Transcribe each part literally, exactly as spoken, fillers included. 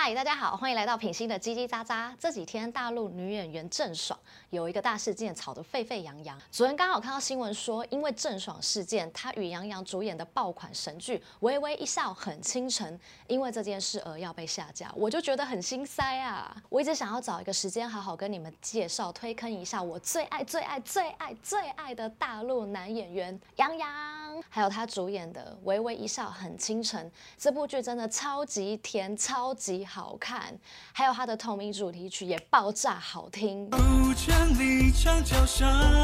嗨，大家好，欢迎来到品心的叽叽喳喳。这几天大陆女演员郑爽有一个大事件吵得沸沸扬扬。昨天刚好看到新闻说，因为郑爽事件，她与杨洋主演的爆款神剧《微微一笑很倾城》因为这件事而要被下架，我就觉得很心塞啊！我一直想要找一个时间好好跟你们介绍、推坑一下我最爱、最爱、最爱、最爱的大陆男演员杨洋，还有他主演的《微微一笑很倾城》这部剧真的超级甜、超级好看，还有他的同名主题曲也爆炸好听。 不千里长桥上，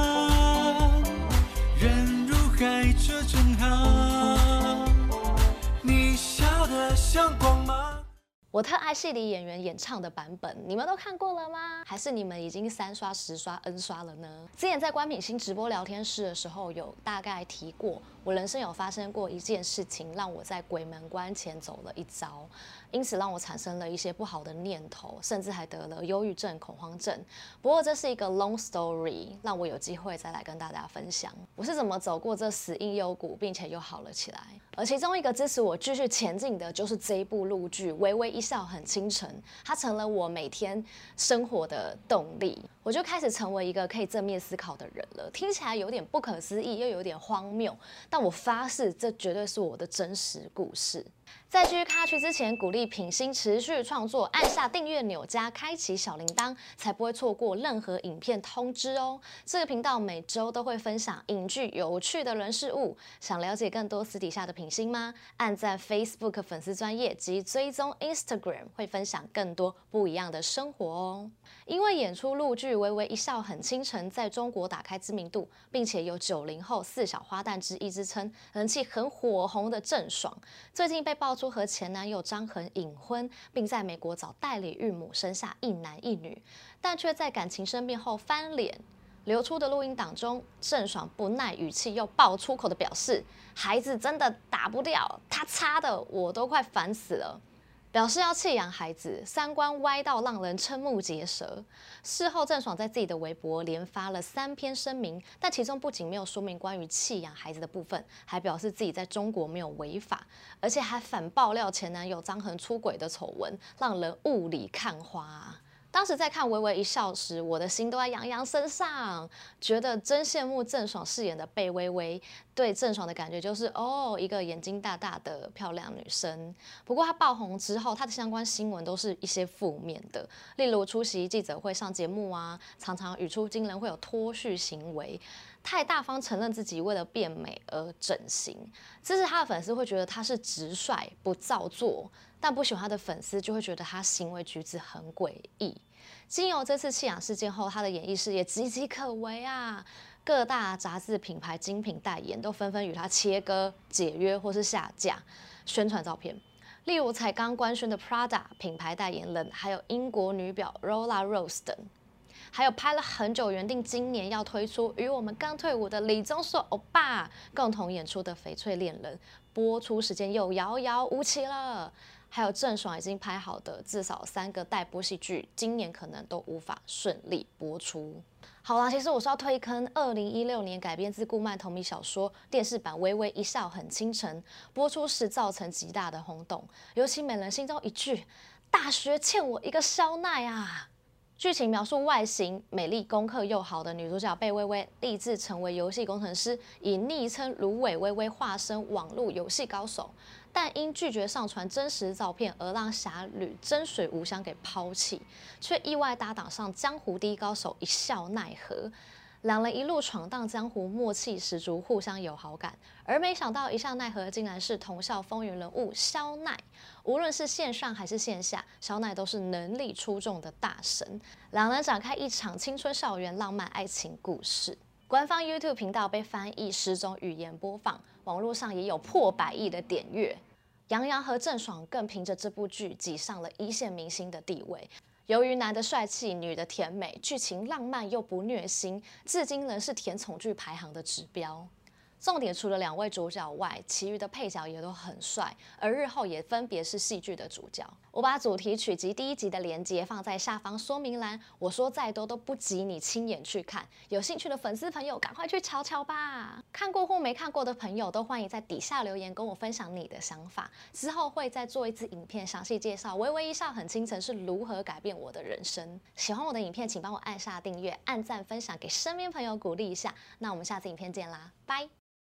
人如海，这正好。你笑得像光芒。 我特爱戏里演员演唱的版本，你们都看过了吗？还是你们已经三刷、十刷、N 刷了呢？之前在官品心直播聊天室的时候，有大概提过，我人生有发生过一件事情，让我在鬼门关前走了一遭，因此让我产生了一些不好的念头，甚至还得了忧郁症、恐慌症。不过这是一个 long story， 让我有机会再来跟大家分享，我是怎么走过这死荫幽谷，并且又好了起来。而其中一个支持我继续前进的，就是这一部陆剧《微微一笑很倾城》，它成了我每天生活的动力。我就开始成为一个可以正面思考的人了。听起来有点不可思议，又有点荒谬，但我发誓，这绝对是我的真实故事。在继续看下去之前，鼓励品心持续创作，按下订阅钮加开启小铃铛，才不会错过任何影片通知哦。这个频道每周都会分享影剧有趣的人事物，想了解更多私底下的品心吗？按赞 Facebook 粉丝专页及追踪 Instagram， 会分享更多不一样的生活哦。因为演出陆剧《微微一笑很倾城》在中国打开知名度，并且有九零后四小花旦之一之称，人气很火红的郑爽，最近被爆出和前男友张恒隐婚，并在美国找代理孕母生下一男一女，但却在感情生变后翻脸。流出的录音档中，郑爽不耐语气又爆出口的表示，孩子真的打不掉，他差的我都快烦死了。表示要弃养孩子，三观歪到让人瞠目结舌。事后，郑爽在自己的微博连发了三篇声明，但其中不仅没有说明关于弃养孩子的部分，还表示自己在中国没有违法，而且还反爆料前男友张恒出轨的丑闻，让人雾里看花啊。当时在看《微微一笑》时，我的心都在杨洋身上，觉得真羡慕郑爽饰演的贝微微。对郑爽的感觉就是，哦，一个眼睛大大的漂亮女生。不过她爆红之后，她的相关新闻都是一些负面的，例如出席记者会上节目啊，常常语出惊人，会有脱序行为。太大方承认自己为了变美而整形，支持他的粉丝会觉得他是直率不造作，但不喜欢他的粉丝就会觉得他行为举止很诡异。经由这次弃养事件后，他的演艺事业岌岌可危啊！各大杂志品牌精品代言都纷纷与他切割、解约或是下架宣传照片。例如才刚官宣的 Prada 品牌代言人，还有英国女表 Rola Rose 等。还有拍了很久，原定今年要推出与我们刚退伍的李钟硕欧巴共同演出的《翡翠恋人》，播出时间又遥遥无期了。还有郑爽已经拍好的至少三个待播戏剧，今年可能都无法顺利播出。好啦，其实我是要推坑二零一六年改编自顾漫同名小说电视版《微微一笑很倾城》，播出时造成极大的轰动，尤其每人心中一句“大学欠我一个肖奈啊”。剧情描述外形美丽、功课又好的女主角贝微微立志成为游戏工程师，以昵称芦苇微微化身网络游戏高手，但因拒绝上传真实照片而让侠侣真水无香给抛弃，却意外搭档上江湖第一高手一笑奈何。两人一路闯荡江湖，默契十足，互相有好感。而没想到一笑奈何竟然是同校风云人物肖奈。无论是线上还是线下，肖奈都是能力出众的大神。两人展开一场青春校园浪漫爱情故事。官方 YouTube 频道被翻译十种语言播放，网络上也有破百亿的点阅。杨洋和郑爽更凭着这部剧挤上了一线明星的地位。由于男的帅气，女的甜美，剧情浪漫又不虐心，至今仍是甜宠剧排行的指标。 重点除了两位主角外，其余的配角也都很帅，而日后也分别是戏剧的主角。我把主题曲及第一集的连结放在下方说明栏，我说再多都不及你亲眼去看。有兴趣的粉丝朋友，赶快去瞧瞧吧！看过或没看过的朋友，都欢迎在底下留言跟我分享你的想法。之后会再做一支影片，详细介绍《微微一笑很倾城》是如何改变我的人生。喜欢我的影片，请帮我按下订阅、按赞、分享给身边朋友鼓励一下。那我们下次影片见啦，拜！